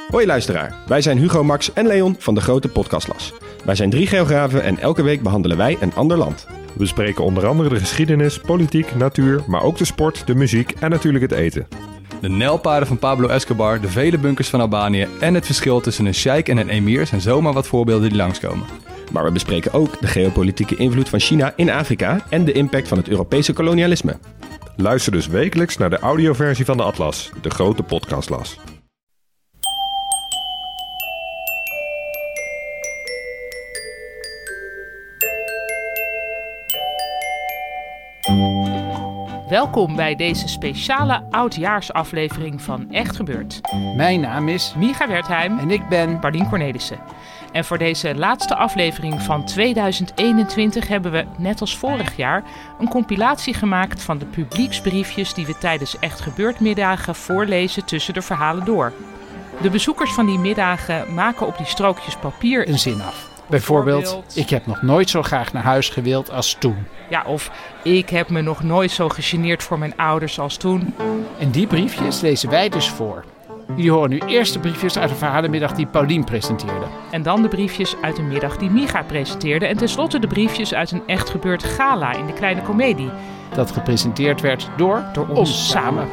Hoi luisteraar, wij zijn Hugo, Max en Leon van de Grote Podcastlas. Wij zijn 3 geografen en elke week behandelen wij een ander land. We bespreken onder andere de geschiedenis, politiek, natuur, maar ook de sport, de muziek en natuurlijk het eten. De nijlpaarden van Pablo Escobar, de vele bunkers van Albanië en het verschil tussen een sheik en een emir zijn zomaar wat voorbeelden die langskomen. Maar we bespreken ook de geopolitieke invloed van China in Afrika en de impact van het Europese kolonialisme. Luister dus wekelijks naar de audioversie van de Atlas, de Grote Podcastlas. Welkom bij deze speciale oudjaarsaflevering van Echt Gebeurd. Mijn naam is Micha Wertheim en ik ben Paulien Cornelissen. En voor deze laatste aflevering van 2021 hebben we, net als vorig jaar, een compilatie gemaakt van de publieksbriefjes die we tijdens Echt Gebeurd middagen voorlezen tussen de verhalen door. De bezoekers van die middagen maken op die strookjes papier een zin af. Bijvoorbeeld, ik heb nog nooit zo graag naar huis gewild als toen. Ja, of ik heb me nog nooit zo gegeneerd voor mijn ouders als toen. En die briefjes lezen wij dus voor. Jullie horen nu eerst de briefjes uit de verhalenmiddag die Paulien presenteerde. En dan de briefjes uit de middag die Micha presenteerde. En tenslotte de briefjes uit een Echt Gebeurd gala in de Kleine Comedie. Dat gepresenteerd werd door ons samen.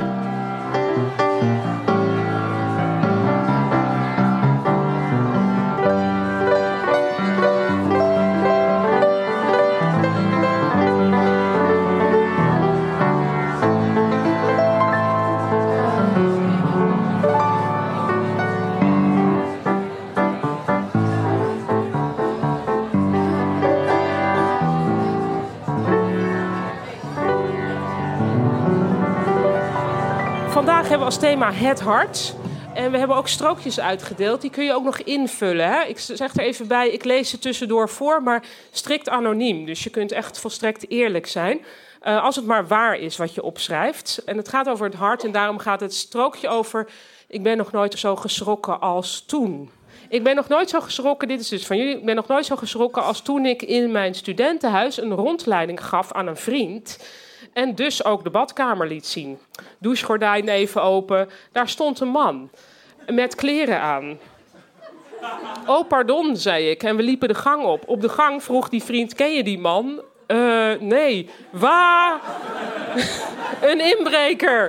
Vandaag hebben we als thema het hart. En we hebben ook strookjes uitgedeeld. Die kun je ook nog invullen. Hè? Ik zeg er even bij, ik lees ze tussendoor voor, maar strikt anoniem. Dus je kunt echt volstrekt eerlijk zijn. Als het maar waar is wat je opschrijft. En het gaat over het hart en daarom gaat het strookje over... Ik ben nog nooit zo geschrokken als toen. Ik ben nog nooit zo geschrokken, dit is dus van jullie... Ik ben nog nooit zo geschrokken als toen ik in mijn studentenhuis een rondleiding gaf aan een vriend... En dus ook de badkamer liet zien. Douchegordijn even open. Daar stond een man. Met kleren aan. Oh, pardon, zei ik. En we liepen de gang op. Op de gang vroeg die vriend, ken je die man? Nee. Waar? Een inbreker.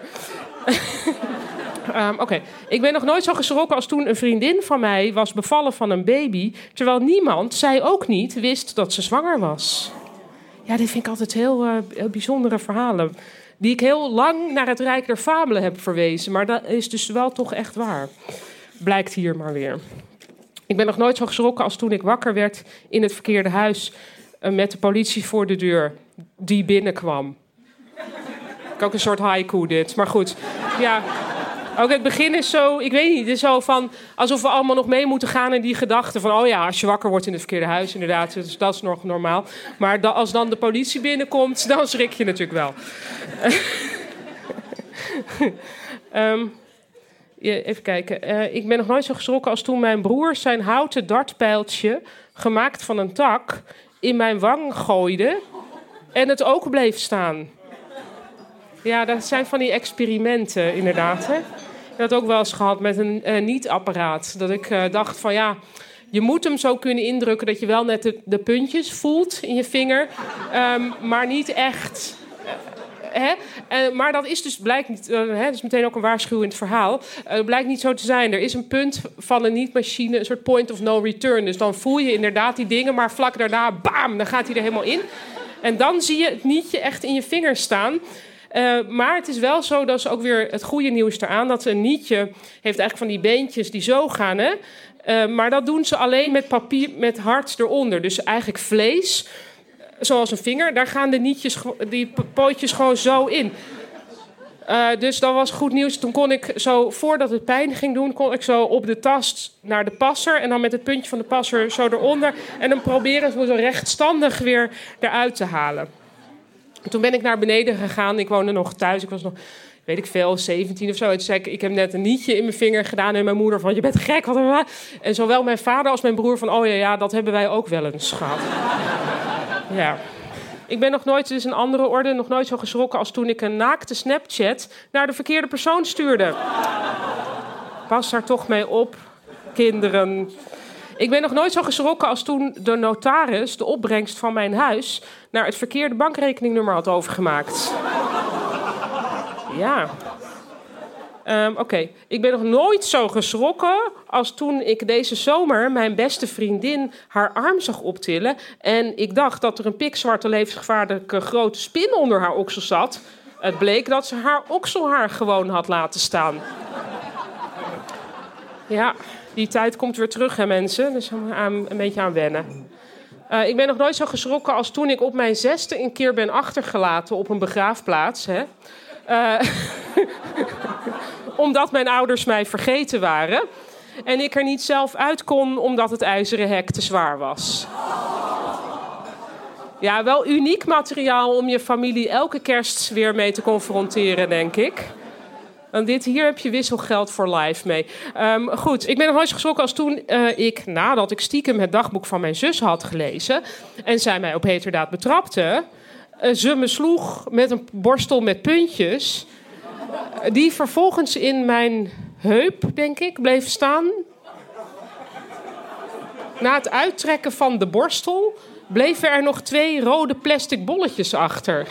Oké. Ik ben nog nooit zo geschrokken als toen een vriendin van mij was bevallen van een baby. Terwijl niemand, zij ook niet, wist dat ze zwanger was. Ja, dit vind ik altijd heel bijzondere verhalen. Die ik heel lang naar het Rijk der Fabelen heb verwezen. Maar dat is dus wel toch echt waar. Blijkt hier maar weer. Ik ben nog nooit zo geschrokken als toen ik wakker werd in het verkeerde huis... met de politie voor de deur die binnenkwam. Ook een soort haiku dit, maar goed. Ja... Ook het begin is zo, ik weet niet, het is zo van... alsof we allemaal nog mee moeten gaan in die gedachte van... oh ja, als je wakker wordt in het verkeerde huis, inderdaad, dus dat is nog normaal. Maar als dan de politie binnenkomt, dan schrik je natuurlijk wel. Even kijken. Ik ben nog nooit zo geschrokken als toen mijn broer zijn houten dartpijltje... gemaakt van een tak, in mijn wang gooide... en het ook bleef staan. Ja, dat zijn van die experimenten, inderdaad. Hè? Ik had ook wel eens gehad met een niet-apparaat. Dat ik dacht van ja, je moet hem zo kunnen indrukken... dat je wel net de puntjes voelt in je vinger, maar niet echt... maar dat is dus blijkt niet... dat is meteen ook een waarschuwend verhaal. Blijkt niet zo te zijn. Er is een punt van een niet-machine, een soort point of no return. Dus dan voel je inderdaad die dingen, maar vlak daarna, bam, dan gaat hij er helemaal in. En dan zie je het nietje echt in je vinger staan... maar het is wel zo, dat is ook weer het goede nieuws eraan... dat een nietje heeft eigenlijk van die beentjes die zo gaan. Hè? Maar dat doen ze alleen met papier, met hart eronder. Dus eigenlijk vlees, zoals een vinger... daar gaan de nietjes, die pootjes gewoon zo in. Dus dat was goed nieuws. Toen kon ik zo, voordat het pijn ging doen... kon ik zo op de tast naar de passer... en dan met het puntje van de passer zo eronder... en dan proberen het zo rechtstandig weer eruit te halen. Toen ben ik naar beneden gegaan. Ik woonde nog thuis. Ik was nog, weet ik veel, 17 of zo. En toen zei ik heb net een nietje in mijn vinger gedaan. En mijn moeder van, je bent gek. Wat. En zowel mijn vader als mijn broer van, oh ja, dat hebben wij ook wel eens gehad. Ja. Ik ben nog nooit, dus een andere orde, nog nooit zo geschrokken als toen ik een naakte Snapchat naar de verkeerde persoon stuurde. Pas daar toch mee op. kinderen. Ik ben nog nooit zo geschrokken als toen de notaris de opbrengst van mijn huis naar het verkeerde bankrekeningnummer had overgemaakt. Ja. Oké. Ik ben nog nooit zo geschrokken als toen ik deze zomer mijn beste vriendin haar arm zag optillen. En ik dacht dat er een pikzwarte levensgevaarlijke grote spin onder haar oksel zat. Het bleek dat ze haar okselhaar gewoon had laten staan. Ja, die tijd komt weer terug, hè mensen. Dus een beetje aan wennen. Ik ben nog nooit zo geschrokken als toen ik op mijn 6e een keer ben achtergelaten op een begraafplaats. Hè? Omdat mijn ouders mij vergeten waren. En ik er niet zelf uit kon omdat het ijzeren hek te zwaar was. Ja, wel uniek materiaal om je familie elke kerst weer mee te confronteren, denk ik. Want hier heb je wisselgeld voor life mee. Goed, ik ben nog nooit geschrokken als toen ik, nadat ik stiekem het dagboek van mijn zus had gelezen en zij mij op heterdaad betrapte, ze me sloeg met een borstel met puntjes, die vervolgens in mijn heup, denk ik, bleef staan. Na het uittrekken van de borstel bleven er nog 2 rode plastic bolletjes achter.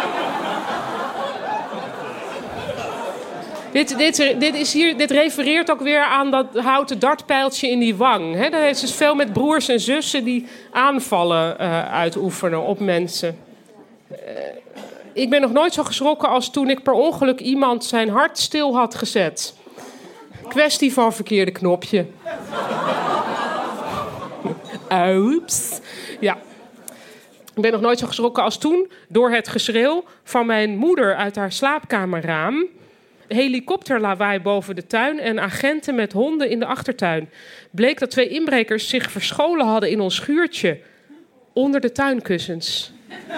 Dit refereert ook weer aan dat houten dartpijltje in die wang. Hè? Dat heeft dus veel met broers en zussen die aanvallen uitoefenen op mensen. Ik ben nog nooit zo geschrokken als toen ik per ongeluk iemand zijn hart stil had gezet. Kwestie van verkeerde knopje. Oeps. Ja. Ik ben nog nooit zo geschrokken als toen door het geschreeuw van mijn moeder uit haar slaapkamerraam. Helikopterlawaai boven de tuin en agenten met honden in de achtertuin. Bleek dat 2 inbrekers zich verscholen hadden in ons schuurtje. Onder de tuinkussens.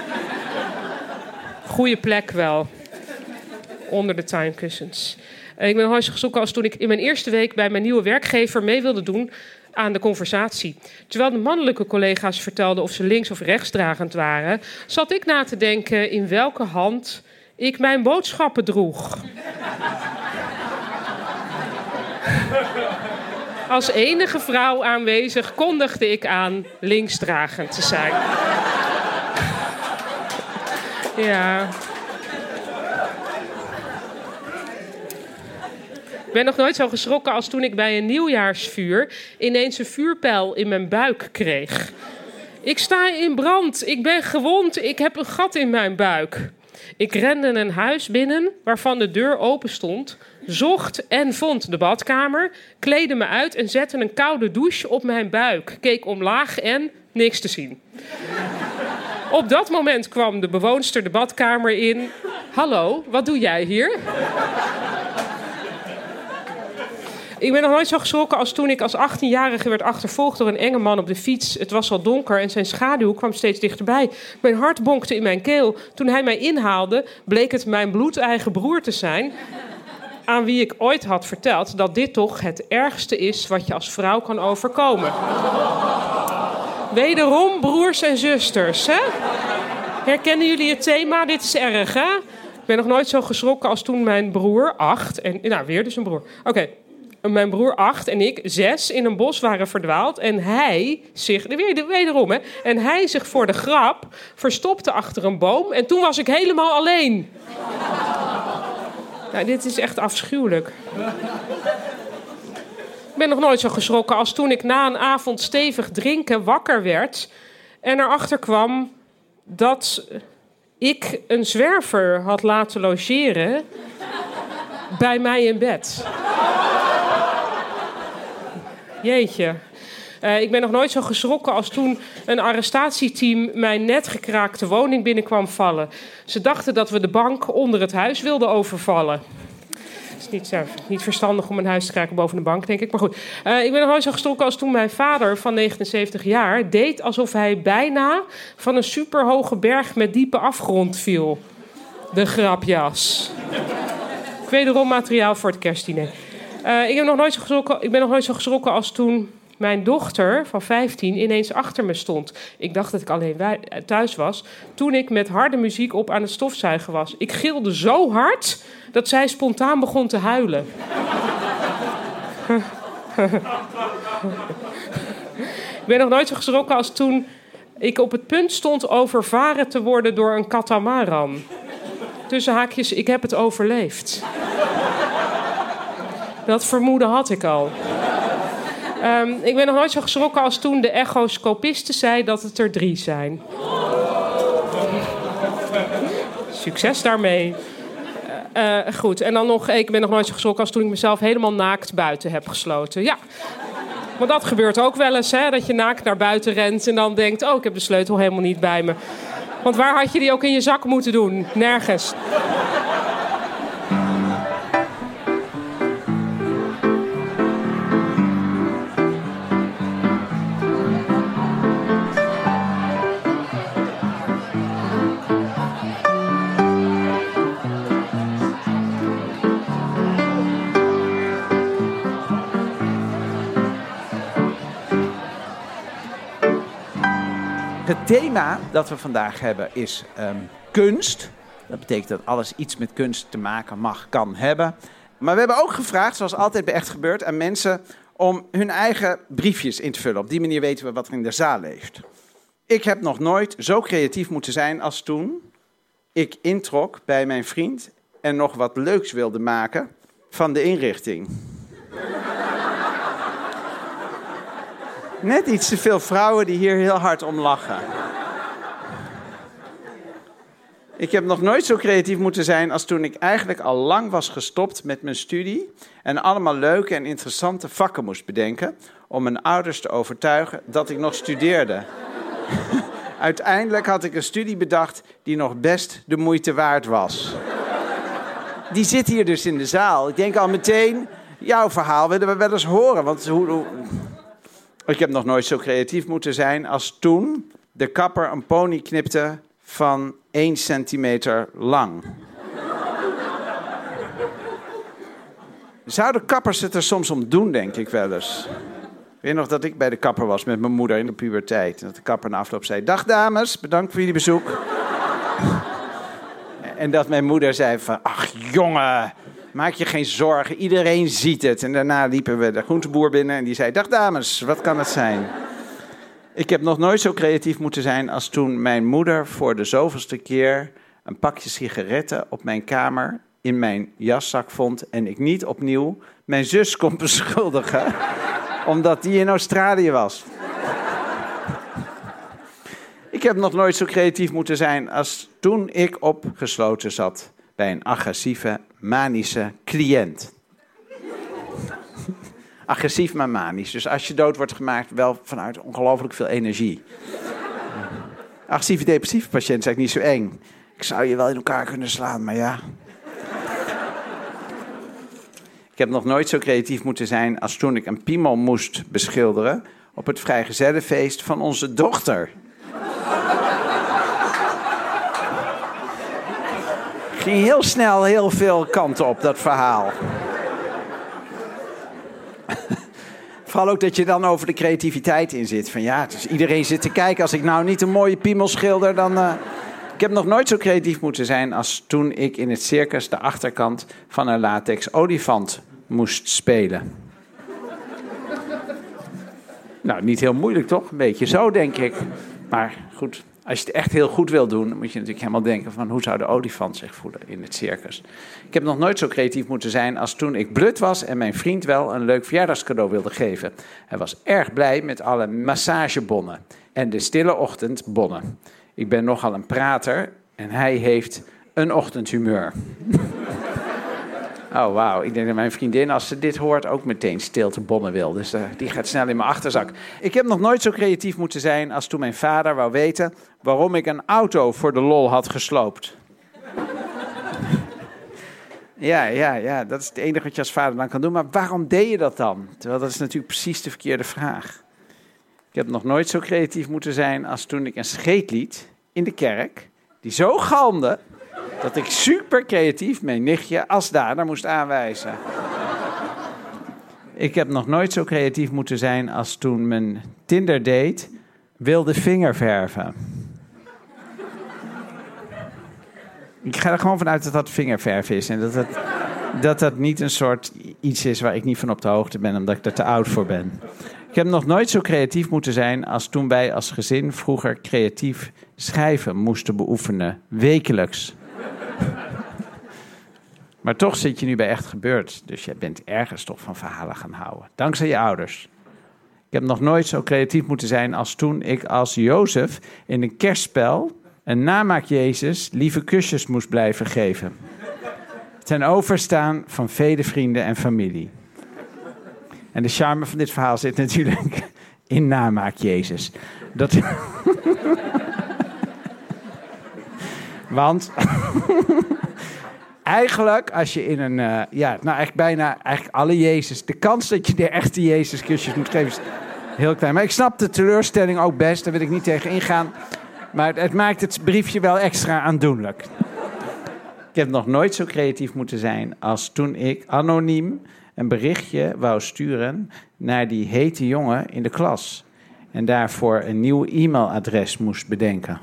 Goeie plek wel. Onder de tuinkussens. Ik ben nooit zo geschrokken als toen ik in mijn eerste week bij mijn nieuwe werkgever mee wilde doen aan de conversatie. Terwijl de mannelijke collega's vertelden of ze links- of rechtsdragend waren, zat ik na te denken in welke hand ik mijn boodschappen droeg. Als enige vrouw aanwezig kondigde ik aan linksdragend te zijn. Ja. Ik ben nog nooit zo geschrokken als toen ik bij een nieuwjaarsvuur ineens een vuurpijl in mijn buik kreeg. Ik sta in brand, ik ben gewond, ik heb een gat in mijn buik. Ik rende een huis binnen waarvan de deur open stond, zocht en vond de badkamer, kleedde me uit en zette een koude douche op mijn buik. Keek omlaag en niks te zien. Op dat moment kwam de bewoonster de badkamer in. Hallo, wat doe jij hier? Ik ben nog nooit zo geschrokken als toen ik als 18-jarige werd achtervolgd door een enge man op de fiets. Het was al donker en zijn schaduw kwam steeds dichterbij. Mijn hart bonkte in mijn keel. Toen hij mij inhaalde, bleek het mijn bloedeigen broer te zijn, aan wie ik ooit had verteld dat dit toch het ergste is wat je als vrouw kan overkomen. Wederom broers en zusters, hè? Herkennen jullie het thema? Dit is erg, hè? Ik ben nog nooit zo geschrokken als toen mijn broer 8... en nou, weer dus een broer. Oké. Mijn broer 8 en ik 6 in een bos waren verdwaald. En hij zich, wederom hè, en hij zich voor de grap verstopte achter een boom. En toen was ik helemaal alleen. Nou, dit is echt afschuwelijk. Ik ben nog nooit zo geschrokken als toen ik na een avond stevig drinken wakker werd. En erachter kwam dat ik een zwerver had laten logeren bij mij in bed. Jeetje. Ik ben nog nooit zo geschrokken als toen een arrestatieteam mijn net gekraakte woning binnenkwam vallen. Ze dachten dat we de bank onder het huis wilden overvallen. Het is niet verstandig om een huis te kraken boven de bank, denk ik. Maar goed, ik ben nog nooit zo geschrokken als toen mijn vader van 79 jaar deed alsof hij bijna van een superhoge berg met diepe afgrond viel. De grapjas. Wederom materiaal voor het kerstdiner. Ik ben nog nooit zo geschrokken als toen mijn dochter van 15 ineens achter me stond. Ik dacht dat ik alleen thuis was, toen ik met harde muziek op aan het stofzuigen was. Ik gilde zo hard dat zij spontaan begon te huilen. Ik ben nog nooit zo geschrokken als toen ik op het punt stond overvaren te worden door een katamaran. Tussen haakjes, ik heb het overleefd. Dat vermoeden had ik al. Ik ben nog nooit zo geschrokken als toen de echoscopiste zei dat het er 3 zijn. Succes daarmee. Goed, en dan nog, ik ben nog nooit zo geschrokken als toen ik mezelf helemaal naakt buiten heb gesloten. Ja, maar dat gebeurt ook wel eens, hè, dat je naakt naar buiten rent en dan denkt, oh, ik heb de sleutel helemaal niet bij me. Want waar had je die ook in je zak moeten doen? Nergens. Het thema dat we vandaag hebben is kunst. Dat betekent dat alles iets met kunst te maken mag, kan hebben. Maar we hebben ook gevraagd, zoals altijd bij Echt Gebeurd, aan mensen om hun eigen briefjes in te vullen. Op die manier weten we wat er in de zaal leeft. Ik heb nog nooit zo creatief moeten zijn als toen ik introk bij mijn vriend en nog wat leuks wilde maken van de inrichting. Net iets te veel vrouwen die hier heel hard om lachen. Ik heb nog nooit zo creatief moeten zijn als toen ik eigenlijk al lang was gestopt met mijn studie en allemaal leuke en interessante vakken moest bedenken om mijn ouders te overtuigen dat ik nog studeerde. Uiteindelijk had ik een studie bedacht die nog best de moeite waard was. Die zit hier dus in de zaal. Ik denk al meteen, jouw verhaal willen we wel eens horen, want ik heb nog nooit zo creatief moeten zijn als toen de kapper een pony knipte van 1 centimeter lang. Zouden kappers het er soms om doen, denk ik wel eens. Ik weet nog dat ik bij de kapper was met mijn moeder in de puberteit. En dat de kapper na afloop zei, dag dames, bedankt voor jullie bezoek. En dat mijn moeder zei van, ach jongen, maak je geen zorgen, iedereen ziet het. En daarna liepen we de groenteboer binnen en die zei, dag dames, wat kan het zijn? Ik heb nog nooit zo creatief moeten zijn als toen mijn moeder voor de zoveelste keer een pakje sigaretten op mijn kamer in mijn jaszak vond en ik niet opnieuw mijn zus kon beschuldigen, omdat die in Australië was. Ik heb nog nooit zo creatief moeten zijn als toen ik opgesloten zat bij een agressieve, manische cliënt. Agressief, maar manisch. Dus als je dood wordt gemaakt, wel vanuit ongelooflijk veel energie. Agressieve, depressieve patiënt is eigenlijk niet zo eng. Ik zou je wel in elkaar kunnen slaan, maar ja. Ik heb nog nooit zo creatief moeten zijn als toen ik een piemel moest beschilderen op het vrijgezellenfeest van onze dochter. Ging heel snel heel veel kanten op, dat verhaal. Vooral ook dat je dan over de creativiteit in zit. Van ja, dus iedereen zit te kijken. Als ik nou niet een mooie piemel schilder, dan... Ik heb nog nooit zo creatief moeten zijn als toen ik in het circus de achterkant van een latex olifant moest spelen. Nou, niet heel moeilijk toch? Een beetje zo, denk ik. Maar goed, als je het echt heel goed wil doen, dan moet je natuurlijk helemaal denken van hoe zou de olifant zich voelen in het circus. Ik heb nog nooit zo creatief moeten zijn als toen ik blut was en mijn vriend wel een leuk verjaardagscadeau wilde geven. Hij was erg blij met alle massagebonnen en de stille ochtendbonnen. Ik ben nogal een prater en hij heeft een ochtendhumeur. Oh, wauw. Ik denk dat mijn vriendin, als ze dit hoort, ook meteen stiltebonnen wil. Dus die gaat snel in mijn achterzak. Ik heb nog nooit zo creatief moeten zijn als toen mijn vader wou weten waarom ik een auto voor de lol had gesloopt. Ja, dat is het enige wat je als vader dan kan doen. Maar waarom deed je dat dan? Terwijl dat is natuurlijk precies de verkeerde vraag. Ik heb nog nooit zo creatief moeten zijn als toen ik een scheet liet in de kerk, die zo galmde dat ik super creatief mijn nichtje als dader moest aanwijzen. Ik heb nog nooit zo creatief moeten zijn als toen mijn Tinder-date wilde vingerverven. Ik ga er gewoon vanuit dat dat vingerverf is en dat het dat niet een soort iets is waar ik niet van op de hoogte ben, omdat ik er te oud voor ben. Ik heb nog nooit zo creatief moeten zijn als toen wij als gezin vroeger creatief schrijven moesten beoefenen. Wekelijks. Maar toch zit je nu bij Echt Gebeurd. Dus je bent ergens toch van verhalen gaan houden. Dankzij je ouders. Ik heb nog nooit zo creatief moeten zijn als toen ik als Jozef in een kerstspel een namaak Jezus lieve kusjes moest blijven geven. Ten overstaan van vele vrienden en familie. En de charme van dit verhaal zit natuurlijk in namaak Jezus. Want eigenlijk als je in een, eigenlijk alle Jezus, de kans dat je de echte Jezus kusjes moet geven is heel klein. Maar ik snap de teleurstelling ook best, daar wil ik niet tegen ingaan. Maar het maakt het briefje wel extra aandoenlijk. Ik heb nog nooit zo creatief moeten zijn als toen ik anoniem een berichtje wou sturen naar die hete jongen in de klas. En daarvoor een nieuw e-mailadres moest bedenken.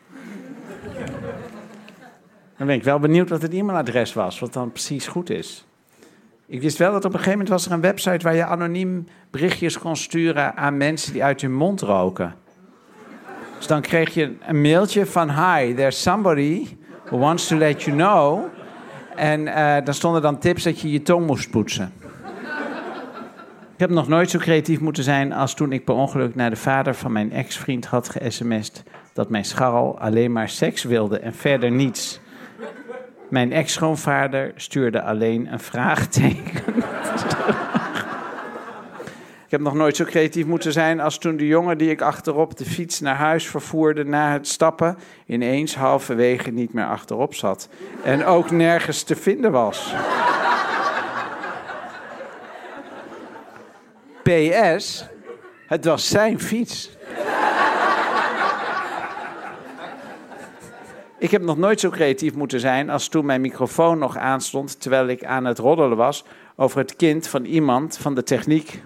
Dan ben ik wel benieuwd wat het e-mailadres was, wat dan precies goed is. Ik wist wel dat op een gegeven moment was er een website waar je anoniem berichtjes kon sturen aan mensen die uit hun mond roken. Dus dan kreeg je een mailtje van hi, there's somebody who wants to let you know. En dan stonden dan tips dat je je tong moest poetsen. Ik heb nog nooit zo creatief moeten zijn als toen ik per ongeluk naar de vader van mijn ex-vriend had ge-sms'd dat mijn scharrel alleen maar seks wilde en verder niets. Mijn ex-schoonvader stuurde alleen een vraagteken. Ik heb nog nooit zo creatief moeten zijn als toen de jongen die ik achterop de fiets naar huis vervoerde na het stappen ineens halverwege niet meer achterop zat. En ook nergens te vinden was. PS, het was zijn fiets. Ik heb nog nooit zo creatief moeten zijn als toen mijn microfoon nog aanstond terwijl ik aan het roddelen was over het kind van iemand van de techniek.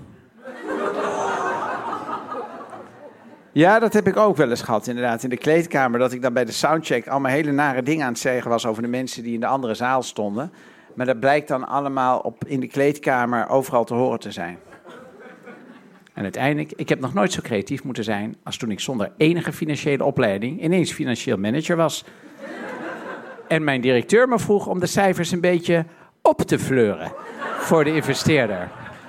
Ja, dat heb ik ook wel eens gehad inderdaad in de kleedkamer. Dat ik dan bij de soundcheck allemaal hele nare dingen aan het zeggen was over de mensen die in de andere zaal stonden. Maar dat blijkt dan allemaal in de kleedkamer overal te horen te zijn. En uiteindelijk, ik heb nog nooit zo creatief moeten zijn als toen ik zonder enige financiële opleiding ineens financieel manager was. En mijn directeur me vroeg om de cijfers een beetje op te fleuren voor de investeerder.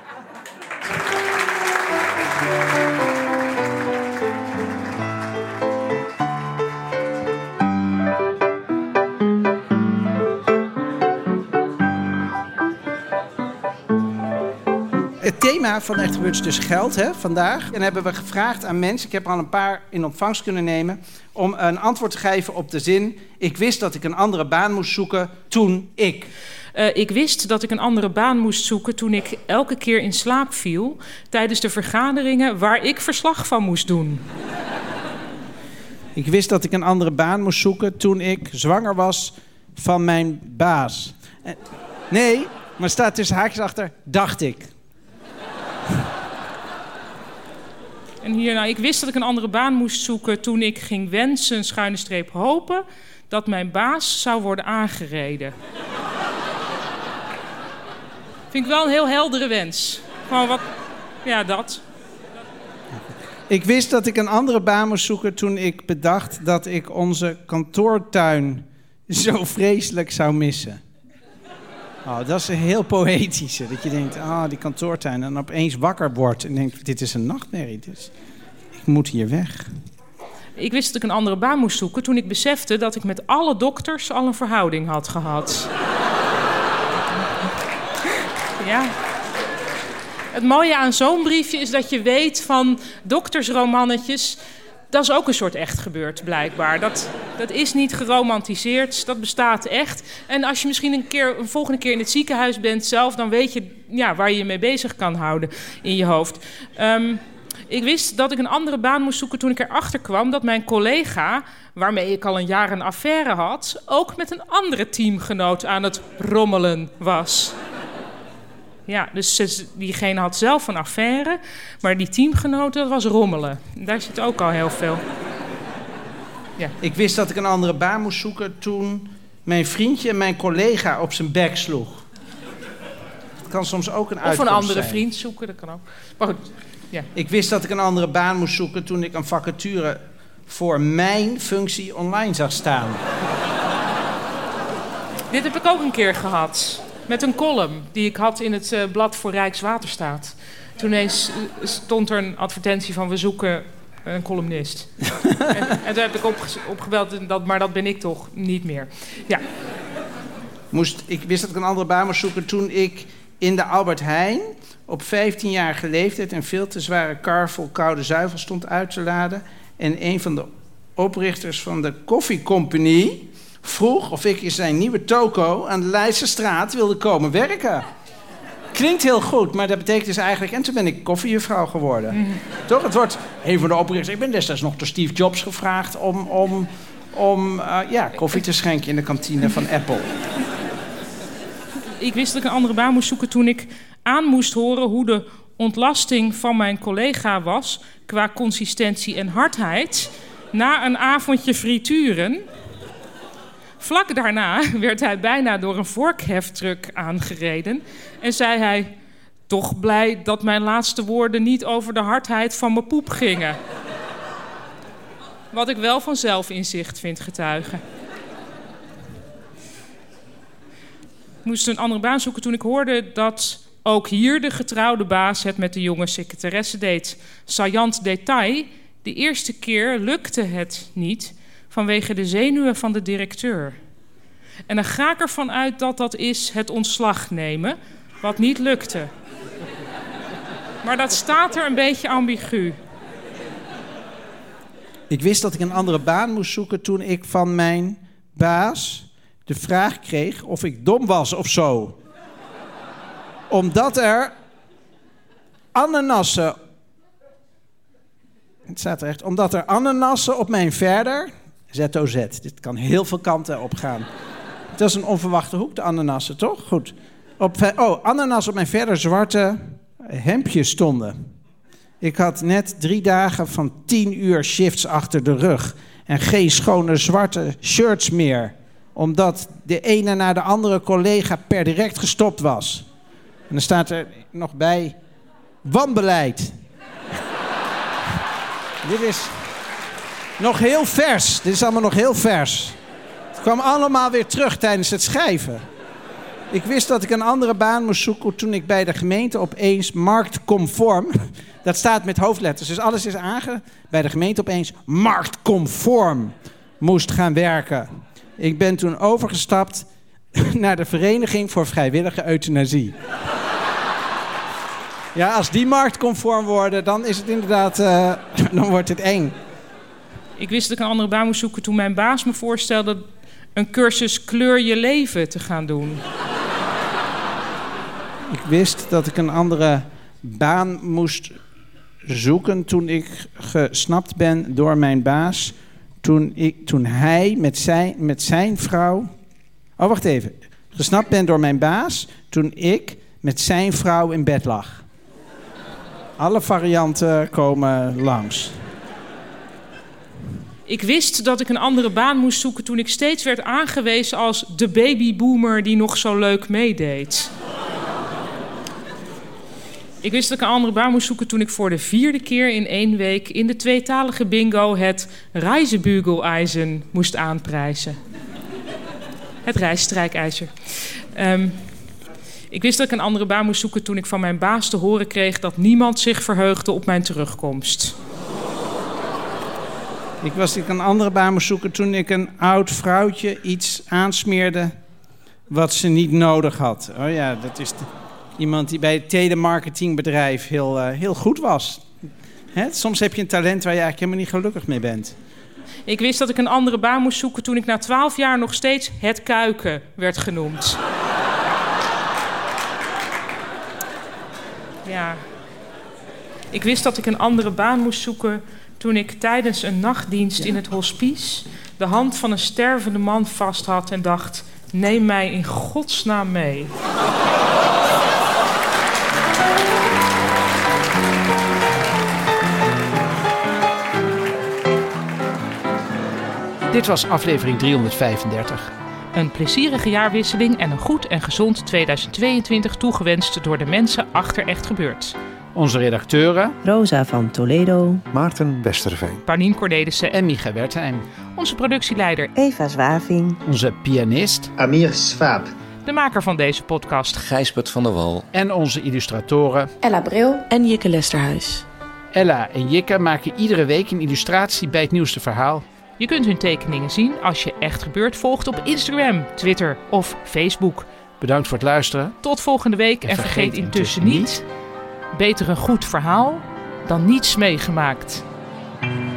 Het thema van Echt Gebeurd is dus geld, hè, vandaag. En hebben we gevraagd aan mensen, ik heb er al een paar in ontvangst kunnen nemen, om een antwoord te geven op de zin: ik wist dat ik een andere baan moest zoeken toen ik. Ik wist dat ik een andere baan moest zoeken toen ik elke keer in slaap viel tijdens de vergaderingen waar ik verslag van moest doen. Ik wist dat ik een andere baan moest zoeken toen ik zwanger was van mijn baas. Nee, maar staat tussen haakjes achter, dacht ik. En hier, ik wist dat ik een andere baan moest zoeken toen ik ging wensen, _ hopen, dat mijn baas zou worden aangereden. Vind ik wel een heel heldere wens. Gewoon wat, ja, dat. Ik wist dat ik een andere baan moest zoeken toen ik bedacht dat ik onze kantoortuin zo vreselijk zou missen. Oh, dat is een heel poëtische. Dat je denkt, die kantoortuin. En dan opeens wakker wordt en denkt, dit is een nachtmerrie. Dus ik moet hier weg. Ik wist dat ik een andere baan moest zoeken toen ik besefte dat ik met alle dokters al een verhouding had gehad. Ja. Het mooie aan zo'n briefje is dat je weet van doktersromannetjes, dat is ook een soort echt gebeurd, blijkbaar. Dat is niet geromantiseerd, dat bestaat echt. En als je misschien een volgende keer in het ziekenhuis bent zelf, dan weet je waar je je mee bezig kan houden in je hoofd. Ik wist dat ik een andere baan moest zoeken toen ik erachter kwam dat mijn collega, waarmee ik al een jaar een affaire had, ook met een andere teamgenoot aan het rommelen was. Ja, dus diegene had zelf een affaire, maar die teamgenoot, dat was rommelen. Daar zit ook al heel veel. Ja. Ik wist dat ik een andere baan moest zoeken toen mijn vriendje mijn collega op zijn bek sloeg. kan soms ook een Of uitkomst een andere zijn. vriend zoeken, dat kan ook. Maar goed, ja. Ik wist dat ik een andere baan moest zoeken toen ik een vacature voor mijn functie online zag staan. Dit heb ik ook een keer gehad. Met een column die ik had in het blad voor Rijkswaterstaat. Toen ineens stond er een advertentie van we zoeken een columnist. en toen heb ik opgebeld, maar dat ben ik toch niet meer. Ja. Ik wist dat ik een andere baan moest zoeken toen ik in de Albert Heijn op 15-jarige leeftijd een veel te zware kar vol koude zuivel stond uit te laden. En een van de oprichters van de koffiecompagnie vroeg of ik in zijn nieuwe toko aan de Leidsestraat wilde komen werken. Klinkt heel goed, maar dat betekent dus eigenlijk... En toen ben ik koffiejuffrouw geworden. Toch? Het wordt een van de oprichters... Ik ben destijds nog door Steve Jobs gevraagd om koffie te schenken in de kantine van Apple. Ik wist dat ik een andere baan moest zoeken toen ik aan moest horen hoe de ontlasting van mijn collega was qua consistentie en hardheid na een avondje frituren. Vlak daarna werd hij bijna door een vorkheftruck aangereden en zei hij: toch blij dat mijn laatste woorden niet over de hardheid van mijn poep gingen. Wat ik wel van zelfinzicht vind getuigen. Ik moest een andere baan zoeken toen ik hoorde dat ook hier de getrouwde baas het met de jonge secretaresse deed. Saillant detail, de eerste keer lukte het niet vanwege de zenuwen van de directeur. En dan ga ik ervan uit dat dat is het ontslag nemen, wat niet lukte. Maar dat staat er een beetje ambigu. Ik wist dat ik een andere baan moest zoeken toen ik van mijn baas de vraag kreeg of ik dom was of zo. Omdat er ananassen... Het staat er echt. Omdat er ananassen op mijn verder... ZOZ, dit kan heel veel kanten opgaan. Het was een onverwachte hoek, de ananassen, toch? Goed. Ananas op mijn verder zwarte hemdje stonden. Ik had net 3 dagen van 10 uur shifts achter de rug. En geen schone zwarte shirts meer. Omdat de ene na de andere collega per direct gestopt was. En dan staat er nog bij... wanbeleid. Dit is nog heel vers. Dit is allemaal nog heel vers. Het kwam allemaal weer terug tijdens het schrijven. Ik wist dat ik een andere baan moest zoeken toen ik bij de gemeente opeens marktconform... Dat staat met hoofdletters, dus alles is bij de gemeente opeens marktconform moest gaan werken. Ik ben toen overgestapt naar de Vereniging voor Vrijwillige Euthanasie. Ja, als die marktconform worden, dan is het inderdaad, dan wordt het eng. Ik wist dat ik een andere baan moest zoeken toen mijn baas me voorstelde een cursus kleur je leven te gaan doen. Ik wist dat ik een andere baan moest zoeken toen ik gesnapt ben door mijn baas. Toen hij met zijn vrouw... Oh, wacht even. Gesnapt ben door mijn baas toen ik met zijn vrouw in bed lag. Alle varianten komen langs. Ik wist dat ik een andere baan moest zoeken toen ik steeds werd aangewezen als de babyboomer die nog zo leuk meedeed. Ik wist dat ik een andere baan moest zoeken toen ik voor de 4e keer in 1 week in de 2-talige bingo het Reisebügeleisen moest aanprijzen. Het reisstrijkijzer. Ik wist dat ik een andere baan moest zoeken toen ik van mijn baas te horen kreeg dat niemand zich verheugde op mijn terugkomst. Ik wist dat ik een andere baan moest zoeken toen ik een oud vrouwtje iets aansmeerde wat ze niet nodig had. Oh ja, dat is iemand die bij het telemarketingbedrijf heel goed was. Hè? Soms heb je een talent waar je eigenlijk helemaal niet gelukkig mee bent. Ik wist dat ik een andere baan moest zoeken toen ik na 12 jaar nog steeds het kuiken werd genoemd. Ja. Ik wist dat ik een andere baan moest zoeken toen ik tijdens een nachtdienst in het hospice de hand van een stervende man vast had en dacht: neem mij in godsnaam mee. Dit was aflevering 335. Een plezierige jaarwisseling en een goed en gezond 2022 toegewenst door de mensen achter Echt Gebeurd. Onze redacteuren Rosa van Toledo, Maarten Westerveen, Paulien Cornelissen en Micha Wertheim. Onze productieleider Eva Zwaving, Onze pianist Amir Swaap. De maker van deze podcast Gijsbert van der Wal. En onze illustratoren Ella Bril en Jikke Lesterhuis. Ella en Jikke maken iedere week een illustratie bij het nieuwste verhaal. Je kunt hun tekeningen zien als je Echt Gebeurd volgt op Instagram, Twitter of Facebook. Bedankt voor het luisteren. Tot volgende week en vergeet intussen niet: beter een goed verhaal dan niets meegemaakt.